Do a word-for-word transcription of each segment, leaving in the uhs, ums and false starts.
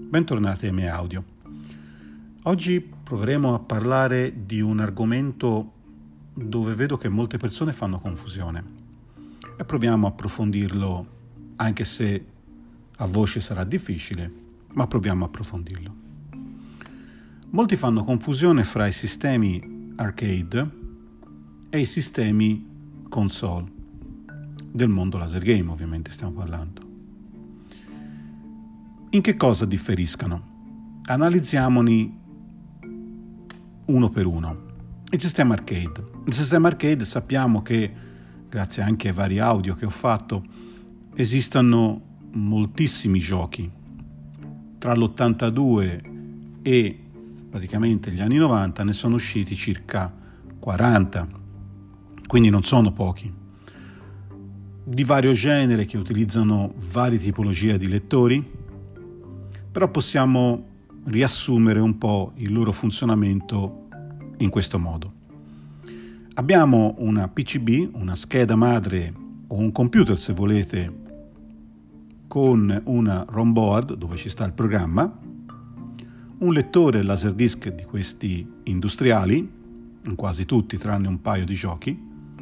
bentornati ai miei audio. Oggi proveremo a parlare di un argomento dove vedo che molte persone fanno confusione e proviamo a approfondirlo, anche se a voce sarà difficile, ma proviamo a approfondirlo. Molti fanno confusione fra i sistemi arcade e i sistemi console, del mondo laser game ovviamente stiamo parlando. In che cosa differiscano? Analizziamoli uno per uno. Il sistema arcade. Il sistema arcade sappiamo che, grazie anche ai vari audio che ho fatto, esistono moltissimi giochi. Tra l'ottantadue e praticamente gli anni novanta ne sono usciti circa quaranta, quindi non sono pochi. Di vario genere, che utilizzano varie tipologie di lettori, però possiamo riassumere un po' il loro funzionamento in questo modo. Abbiamo una P C B, una scheda madre o un computer se volete, con una ROM board dove ci sta il programma, un lettore Laserdisc di questi industriali, in quasi tutti tranne un paio di giochi,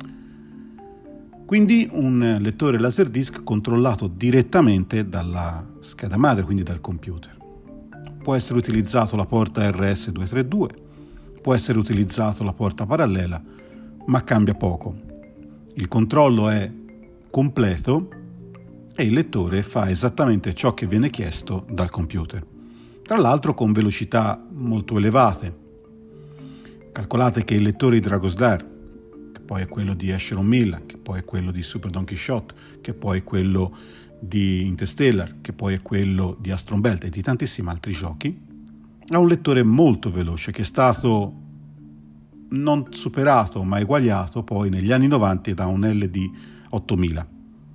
quindi un lettore Laserdisc controllato direttamente dalla scheda madre, quindi dal computer. Può essere utilizzato la porta R S duecentotrentadue, può essere utilizzato la porta parallela, ma cambia poco. Il controllo è completo e il lettore fa esattamente ciò che viene chiesto dal computer. Tra l'altro con velocità molto elevate. Calcolate che il lettore di Dragon's Lair, che poi è quello di Asheron Milla, che poi è quello di Super Donkey Shot, che poi è quello di Interstellar, che poi è quello di Astron Belt e di tantissimi altri giochi, ha un lettore molto veloce che è stato non superato ma eguagliato poi negli anni novanta da un L D ottomila.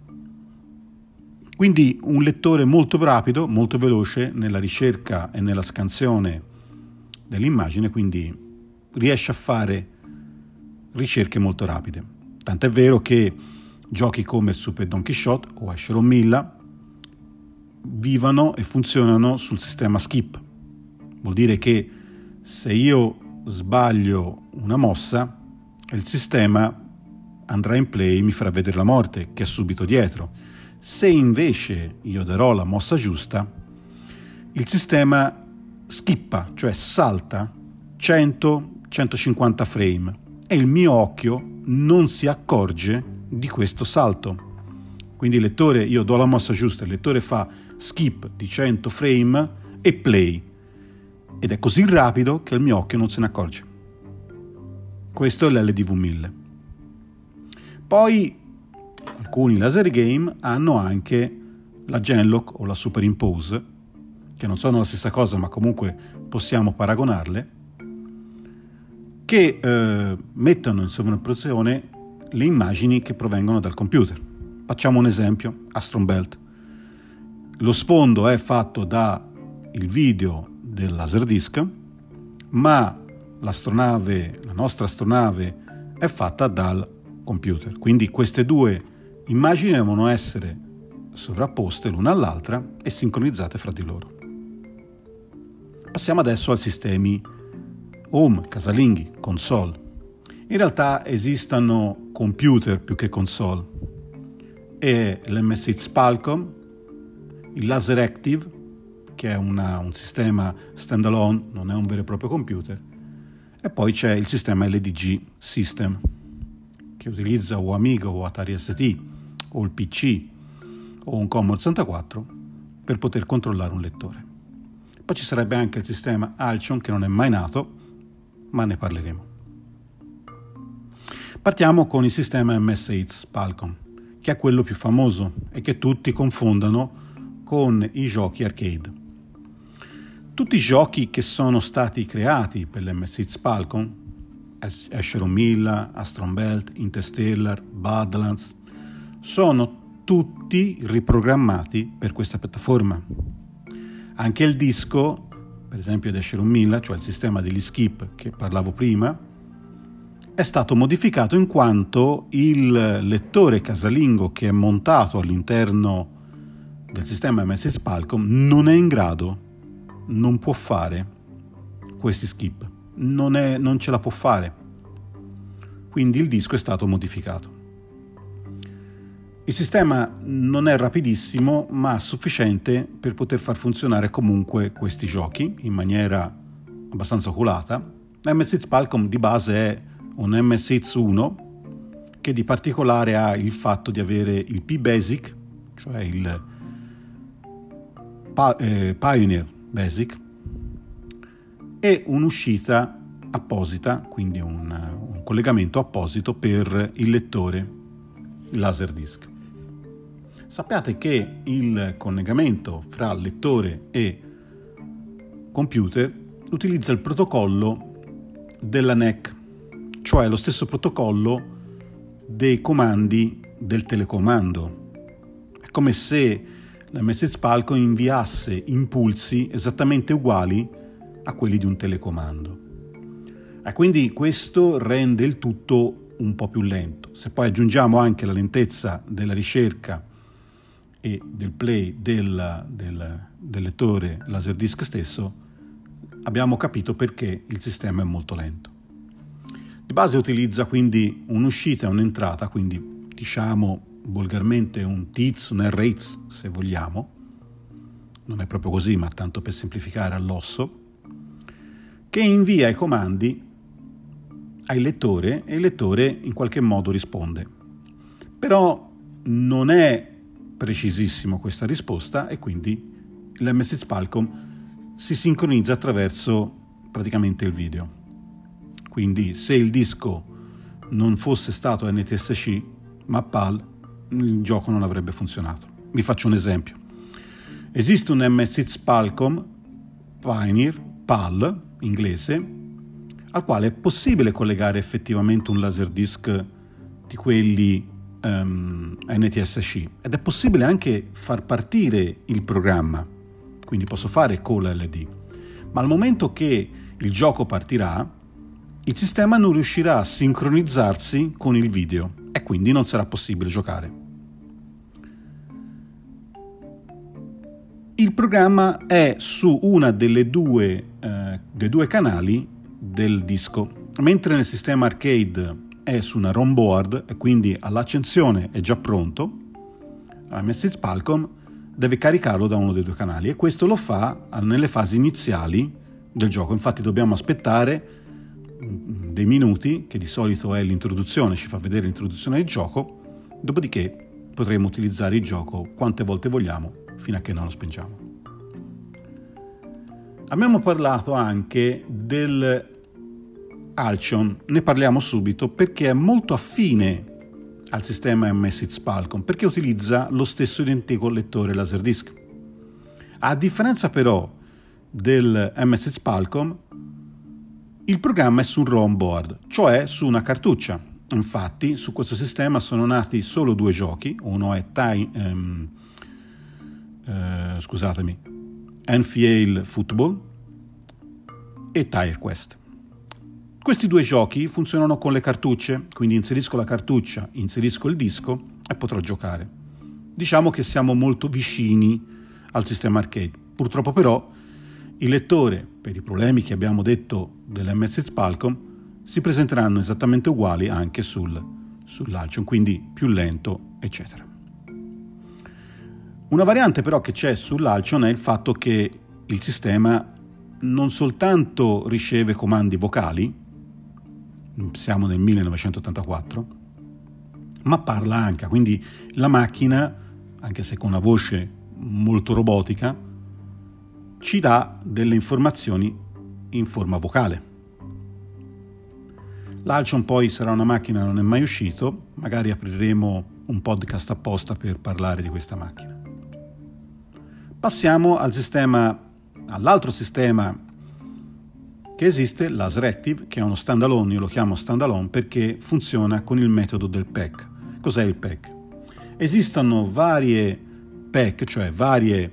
Quindi un lettore molto rapido, molto veloce nella ricerca e nella scansione dell'immagine, quindi riesce a fare ricerche molto rapide. Tant'è vero che giochi come Super Donkey Shot o Asheron Milla vivono e funzionano sul sistema skip. Vuol dire che se io sbaglio una mossa, il sistema andrà in play e mi farà vedere la morte che è subito dietro. Se invece io darò la mossa giusta, il sistema skippa, cioè salta cento centocinquanta frame e il mio occhio non si accorge di questo salto. Quindi il lettore, io do la mossa giusta, il lettore fa skip di cento frame e play, ed è così rapido che il mio occhio non se ne accorge. Questo è l'L D V mille. Poi alcuni laser game hanno anche la Genlock o la Superimpose, che non sono la stessa cosa ma comunque possiamo paragonarle, che eh, mettono in sovrapposizione le immagini che provengono dal computer. Facciamo un esempio: Astron Belt. Lo sfondo è fatto da il video del Laserdisc, ma l'astronave, la nostra astronave è fatta dal computer. Quindi queste due immagini devono essere sovrapposte l'una all'altra e sincronizzate fra di loro. Passiamo adesso ai sistemi home, casalinghi, console. In realtà esistono computer più che console, e l'M S X Palcom, il Laser Active, che è una, un sistema standalone, non è un vero e proprio computer, e poi c'è il sistema L D G System, che utilizza o Amiga o Atari S T o il P C o un Commodore sessantaquattro per poter controllare un lettore. Poi ci sarebbe anche il sistema Alcyon, che non è mai nato, ma ne parleremo. Partiamo con il sistema M S X Palcom, che è quello più famoso e che tutti confondono con i giochi arcade. Tutti i giochi che sono stati creati per l'M S X Palcom, Asheron Milla, Astron Belt, Interstellar, Badlands, sono tutti riprogrammati per questa piattaforma. Anche il disco, per esempio di Asheron Milla, cioè il sistema degli skip che parlavo prima, è stato modificato in quanto il lettore casalingo che è montato all'interno del sistema M S X Palcom non è in grado non può fare questi skip, non, è, non ce la può fare, quindi il disco è stato modificato. Il sistema non è rapidissimo, ma sufficiente per poter far funzionare comunque questi giochi in maniera abbastanza oculata. M S X Palcom di base è un M S X uno che di particolare ha il fatto di avere il P-Basic, cioè il pa- eh, Pioneer Basic, e un'uscita apposita, quindi un, un collegamento apposito per il lettore Laserdisc. Sappiate che il collegamento fra lettore e computer utilizza il protocollo della N E C, cioè lo stesso protocollo dei comandi del telecomando. È come se la M S X Palcom inviasse impulsi esattamente uguali a quelli di un telecomando. E quindi questo rende il tutto un po' più lento. Se poi aggiungiamo anche la lentezza della ricerca e del play del, del, del lettore Laserdisc stesso, abbiamo capito perché il sistema è molto lento. Di base utilizza quindi un'uscita e un'entrata, quindi diciamo volgarmente un T I Z, un R X se vogliamo, non è proprio così, ma tanto per semplificare all'osso, che invia i comandi al lettore e il lettore in qualche modo risponde. Però non è precisissimo questa risposta e quindi l'M S X Palcom si sincronizza attraverso praticamente il video. Quindi se il disco non fosse stato N T S C ma P A L, il gioco non avrebbe funzionato. Vi faccio un esempio. Esiste un M S X Palcom Pioneer P A L inglese al quale è possibile collegare effettivamente un Laserdisc di quelli um, N T S C ed è possibile anche far partire il programma, quindi posso fare call L D, ma al momento che il gioco partirà il sistema non riuscirà a sincronizzarsi con il video e quindi non sarà possibile giocare. Il programma è su una delle due, eh, dei due canali del disco, mentre nel sistema arcade è su una ROM board e quindi all'accensione è già pronto. La M S X Palcom deve caricarlo da uno dei due canali e questo lo fa nelle fasi iniziali del gioco. Infatti dobbiamo aspettare dei minuti, che di solito è l'introduzione, ci fa vedere l'introduzione del gioco, dopodiché potremo utilizzare il gioco quante volte vogliamo fino a che non lo spengiamo. Abbiamo parlato anche del Alcyon, ne parliamo subito perché è molto affine al sistema M S X Palcom, perché utilizza lo stesso identico lettore Laserdisc. A differenza però del M S X Palcom, il programma è su un ROM board, cioè su una cartuccia. Infatti su questo sistema sono nati solo due giochi, uno è Ty, um, uh, scusatemi, N F L Football e Tire Quest. Questi due giochi funzionano con le cartucce, quindi inserisco la cartuccia, inserisco il disco e potrò giocare. Diciamo che siamo molto vicini al sistema arcade. Purtroppo però il lettore, per i problemi che abbiamo detto dell'M S X Palcom, si presenteranno esattamente uguali anche sul, sull'Alcyon, quindi più lento, eccetera. Una variante però che c'è sull'Alcyon è il fatto che il sistema non soltanto riceve comandi vocali, siamo nel millenovecentottantaquattro, ma parla anche, quindi la macchina, anche se con una voce molto robotica, ci dà delle informazioni in forma vocale. L'Alcyon poi sarà una macchina, non è mai uscito, magari apriremo un podcast apposta per parlare di questa macchina. Passiamo al sistema, all'altro sistema che esiste, Laseractive, che è uno standalone, io lo chiamo standalone perché funziona con il metodo del P E C. Cos'è il P E C? Esistono varie P E C, cioè varie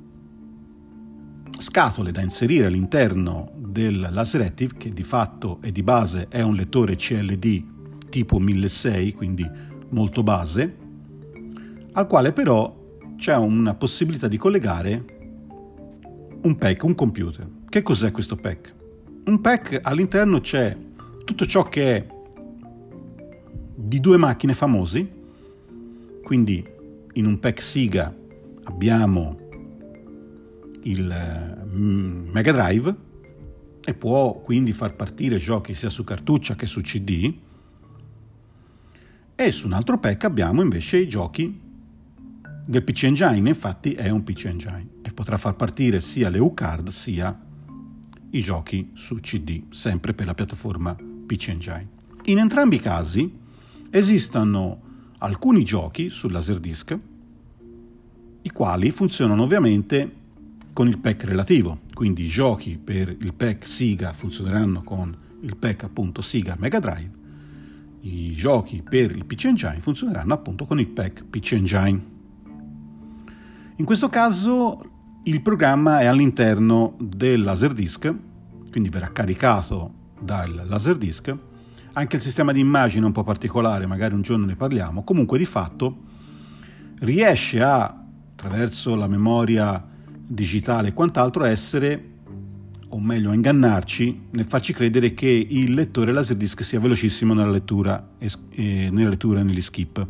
scatole da inserire all'interno del Laseractive, che di fatto e di base è un lettore C L D tipo milleseicento, quindi molto base, al quale però c'è una possibilità di collegare un P E C, un computer. Che cos'è questo P E C? Un P E C all'interno c'è tutto ciò che è di due macchine famosi, quindi in un P E C Siga abbiamo il Mega Drive e può quindi far partire giochi sia su cartuccia che su C D, e su un altro P E C abbiamo invece i giochi del P C Engine. Infatti è un P C Engine e potrà far partire sia le U card sia i giochi su C D, sempre per la piattaforma P C Engine. In entrambi i casi esistono alcuni giochi sul Laserdisc, i quali funzionano ovviamente con il P E C relativo, quindi i giochi per il P E C Siga funzioneranno con il P E C appunto Siga Mega Drive, i giochi per il P C Engine funzioneranno appunto con il P E C P C Engine. In questo caso il programma è all'interno del Laserdisc, quindi verrà caricato dal Laserdisc. Anche il sistema di immagine è un po' particolare, magari un giorno ne parliamo. Comunque di fatto riesce a, attraverso la memoria digitale e quant'altro, a essere, o meglio a ingannarci nel farci credere che il lettore Laserdisc sia velocissimo nella lettura e, e nella lettura e negli skip.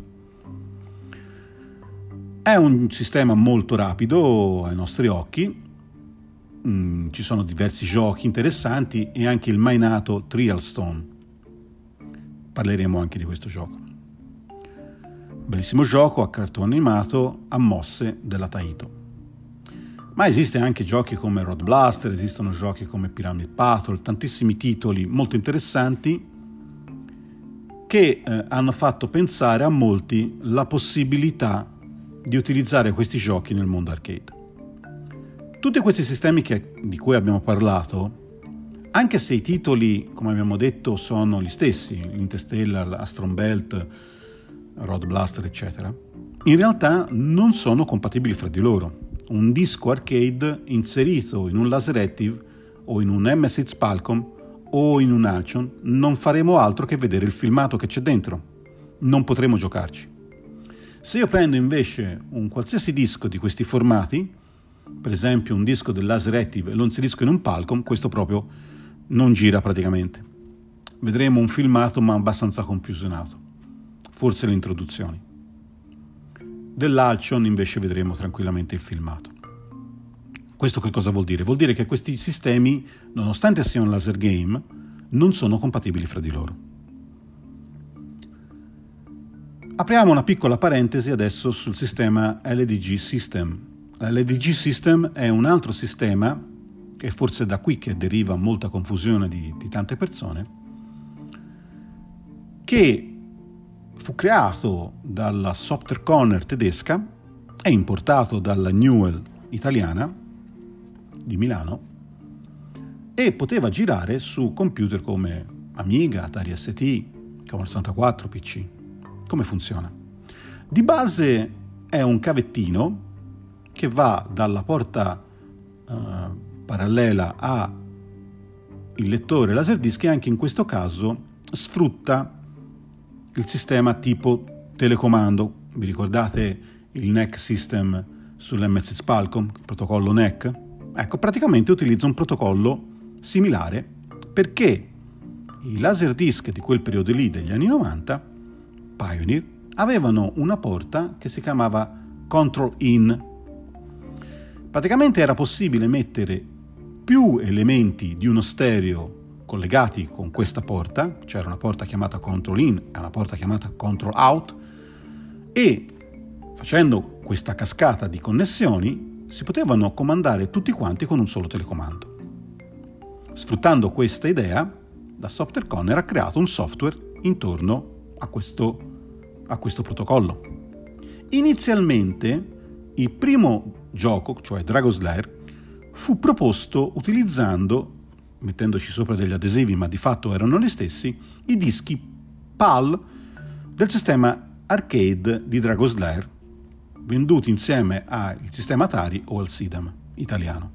È un sistema molto rapido ai nostri occhi, mm, ci sono diversi giochi interessanti e anche il mai nato Trial Stone. Parleremo anche di questo gioco. Bellissimo gioco a cartone animato a mosse della Taito. Ma esiste anche giochi come Road Blaster, esistono giochi come Pyramid Patrol, tantissimi titoli molto interessanti che eh, hanno fatto pensare a molti la possibilità di utilizzare questi giochi nel mondo arcade. Tutti questi sistemi che, di cui abbiamo parlato, anche se i titoli, come abbiamo detto, sono gli stessi, l'Interstellar, Astron Belt, Road Blaster, eccetera, in realtà non sono compatibili fra di loro. Un disco arcade inserito in un Laseractive o in un M S X Palcom o in un Alcyon non faremo altro che vedere il filmato che c'è dentro, non potremo giocarci. Se io prendo invece un qualsiasi disco di questi formati, per esempio un disco del Laseractive, e lo inserisco in un Palcom, questo proprio non gira praticamente. Vedremo un filmato ma abbastanza confusionato, forse le introduzioni. Dell'Alcyon invece vedremo tranquillamente il filmato. Questo che cosa vuol dire? Vuol dire che questi sistemi, nonostante siano laser game, non sono compatibili fra di loro. Apriamo una piccola parentesi adesso sul sistema L D G System. L'L D G System è un altro sistema, che forse è da qui che deriva molta confusione di, di tante persone, che fu creato dalla Software Corner tedesca e importato dalla Newell italiana di Milano e poteva girare su computer come Amiga, Atari S T, Commodore sessantaquattro, P C. Come funziona? Di base è un cavettino che va dalla porta uh, parallela al lettore Laserdisc e anche in questo caso sfrutta il sistema tipo telecomando. Vi ricordate il N E C System sull'M S X Palcom, il protocollo N E C? Ecco, praticamente utilizza un protocollo similare perché i Laserdisc di quel periodo lì, degli anni novanta, Pioneer, avevano una porta che si chiamava Control In. Praticamente era possibile mettere più elementi di uno stereo collegati con questa porta, c'era una porta chiamata Control In e una porta chiamata Control Out, e facendo questa cascata di connessioni si potevano comandare tutti quanti con un solo telecomando. Sfruttando questa idea, la Software Corner ha creato un software intorno a questo, a questo protocollo. Inizialmente il primo gioco, cioè Dragon Slayer, fu proposto utilizzando, mettendoci sopra degli adesivi ma di fatto erano gli stessi, i dischi P A L del sistema arcade di Dragon Slayer, venduti insieme al sistema Atari o al SIDAM italiano.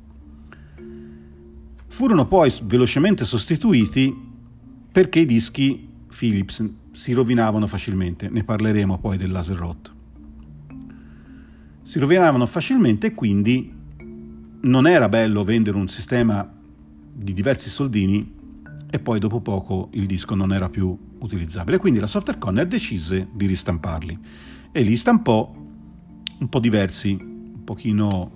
Furono poi velocemente sostituiti perché i dischi Philips si rovinavano facilmente, ne parleremo poi del Laser Rot. Si rovinavano facilmente e quindi non era bello vendere un sistema di diversi soldini e poi dopo poco il disco non era più utilizzabile. Quindi la Software Corner decise di ristamparli e li stampò un po' diversi, un pochino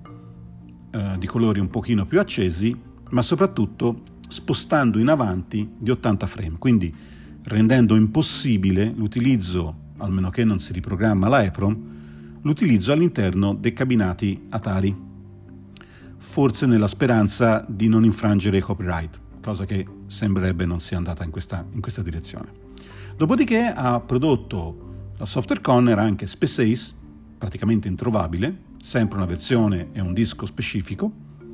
eh, di colori un pochino più accesi, ma soprattutto spostando in avanti di ottanta frame, quindi rendendo impossibile l'utilizzo, almeno che non si riprogramma la EPROM, l'utilizzo all'interno dei cabinati Atari, forse nella speranza di non infrangere i copyright, cosa che sembrerebbe non sia andata in questa, in questa direzione. Dopodiché ha prodotto la Software Corner anche Space Ace, praticamente introvabile, sempre una versione e un disco specifico,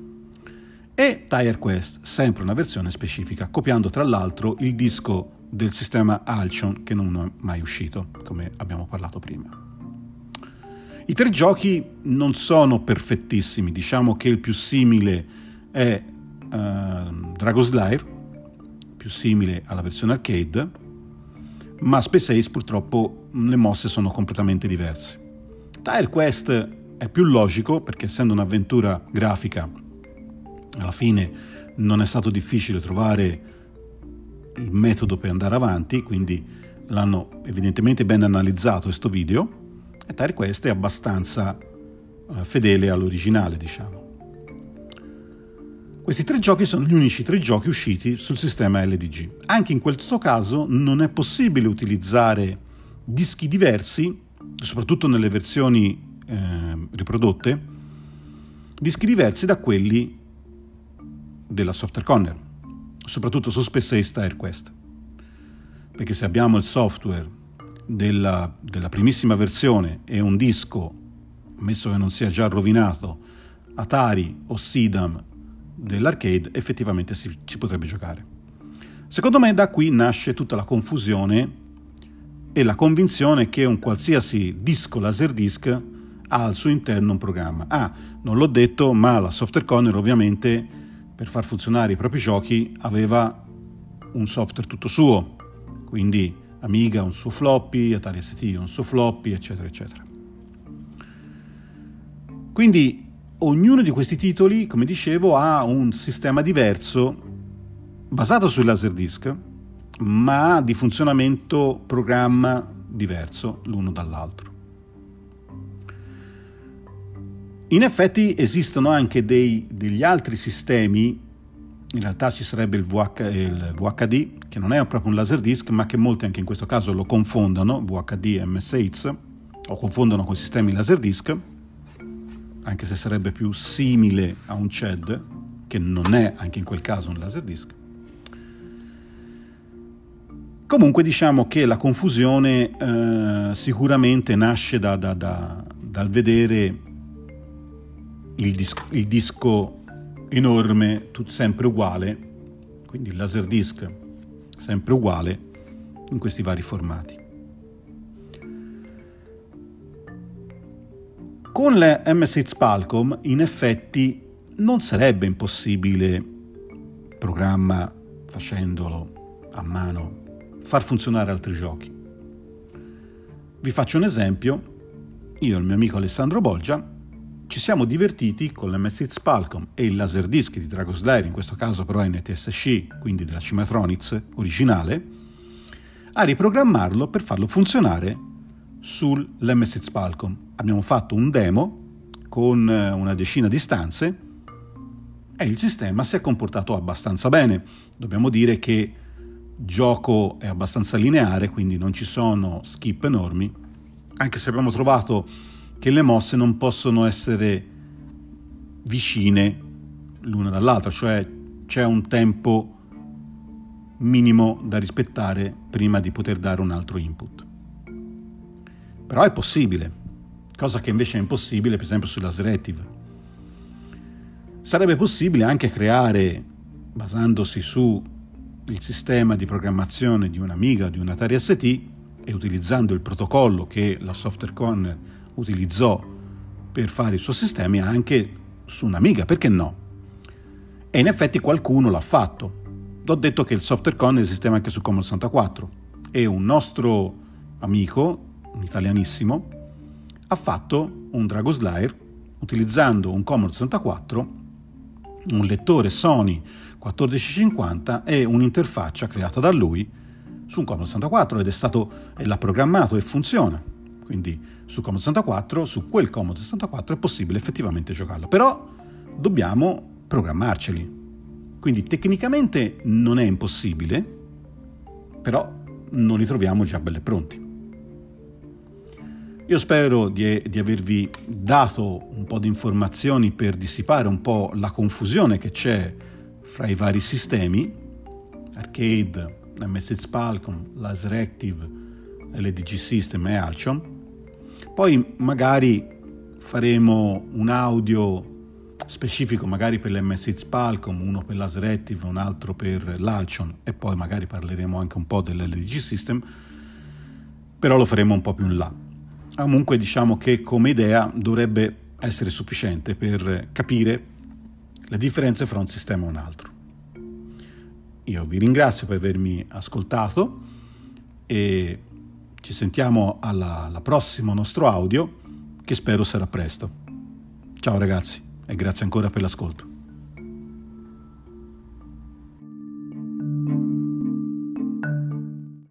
e Tire Quest, sempre una versione specifica, copiando tra l'altro il disco del sistema Alcyon che non è mai uscito, come abbiamo parlato prima. I tre giochi non sono perfettissimi, diciamo che il più simile è uh, Dragon's Lair, più simile alla versione arcade, ma Space Ace purtroppo le mosse sono completamente diverse. Tire Quest è più logico perché, essendo un'avventura grafica, alla fine non è stato difficile trovare il metodo per andare avanti, quindi l'hanno evidentemente ben analizzato questo video, e Tire Quest è abbastanza uh, fedele all'originale, diciamo. Questi tre giochi sono gli unici tre giochi usciti sul sistema L D G. Anche in questo caso non è possibile utilizzare dischi diversi, soprattutto nelle versioni eh, riprodotte, dischi diversi da quelli della Software Corner, soprattutto su Space Ace Tire Quest, perché se abbiamo il software della, della primissima versione e un disco, ammesso che non sia già rovinato, Atari o Sidam dell'arcade, effettivamente si, ci potrebbe giocare. Secondo me da qui nasce tutta la confusione e la convinzione che un qualsiasi disco Laserdisc ha al suo interno un programma. Ah, non l'ho detto, ma la Software Corner ovviamente, per far funzionare i propri giochi, aveva un software tutto suo, quindi Amiga un suo floppy, Atari S T un suo floppy, eccetera eccetera. Quindi ognuno di questi titoli, come dicevo, ha un sistema diverso basato sui Laserdisc, ma di funzionamento programma diverso l'uno dall'altro. In effetti esistono anche dei, degli altri sistemi. In realtà ci sarebbe il, V H, il V H D, che non è proprio un Laserdisc, ma che molti anche in questo caso lo confondono, V H D e M S X, o confondono con i sistemi Laserdisc, anche se sarebbe più simile a un C E D, che non è anche in quel caso un Laserdisc. Comunque diciamo che la confusione eh, sicuramente nasce da, da, da, dal vedere il, dis- il disco enorme, tutto sempre uguale, quindi il Laserdisc sempre uguale in questi vari formati. Con le M S X Palcom in effetti non sarebbe impossibile, programma facendolo a mano, far funzionare altri giochi. Vi faccio un esempio. Io e il mio amico Alessandro Bolgia ci siamo divertiti con l'M S X Palcom e il Laserdisc di Dragon's Lair, in questo caso però N T S C, quindi della Cimatronics originale, a riprogrammarlo per farlo funzionare sull'M S X Palcom. Abbiamo fatto un demo con una decina di stanze e il sistema si è comportato abbastanza bene. Dobbiamo dire che il gioco è abbastanza lineare, quindi non ci sono skip enormi, anche se abbiamo trovato che le mosse non possono essere vicine l'una dall'altra, cioè c'è un tempo minimo da rispettare prima di poter dare un altro input. Però è possibile, cosa che invece è impossibile per esempio su Laseractive. Sarebbe possibile anche creare, basandosi su il sistema di programmazione di un Amiga, di un Atari S T, e utilizzando il protocollo che la Software Corner utilizzò per fare i suoi sistemi anche su un'Amiga, perché no? E in effetti qualcuno l'ha fatto. L'ho detto che il Software Corner esisteva anche su Commodore sessantaquattro e un nostro amico, un italianissimo, ha fatto un Dragon's Lair utilizzando un Commodore sessantaquattro, un lettore Sony quattordici cinquanta e un'interfaccia creata da lui su un Commodore sessantaquattro, ed è stato e l'ha programmato e funziona. Quindi su Commodore sessantaquattro, su quel Commodore sessantaquattro è possibile effettivamente giocarlo, però dobbiamo programmarceli. Quindi tecnicamente non è impossibile, però non li troviamo già belli e pronti. Io spero di, di avervi dato un po' di informazioni per dissipare un po' la confusione che c'è fra i vari sistemi, Arcade, M S X Palcom, Laseractive, L D G System e Alchon. Poi magari faremo un audio specifico magari per l'M S X Palcom, uno per Laseractive, un altro per l'Alchon, e poi magari parleremo anche un po' dell'L D G System, però lo faremo un po' più in là. Comunque diciamo che come idea dovrebbe essere sufficiente per capire le differenze fra un sistema e un altro. Io vi ringrazio per avermi ascoltato e ci sentiamo alla, alla prossimo nostro audio, che spero sarà presto. Ciao ragazzi e grazie ancora per l'ascolto.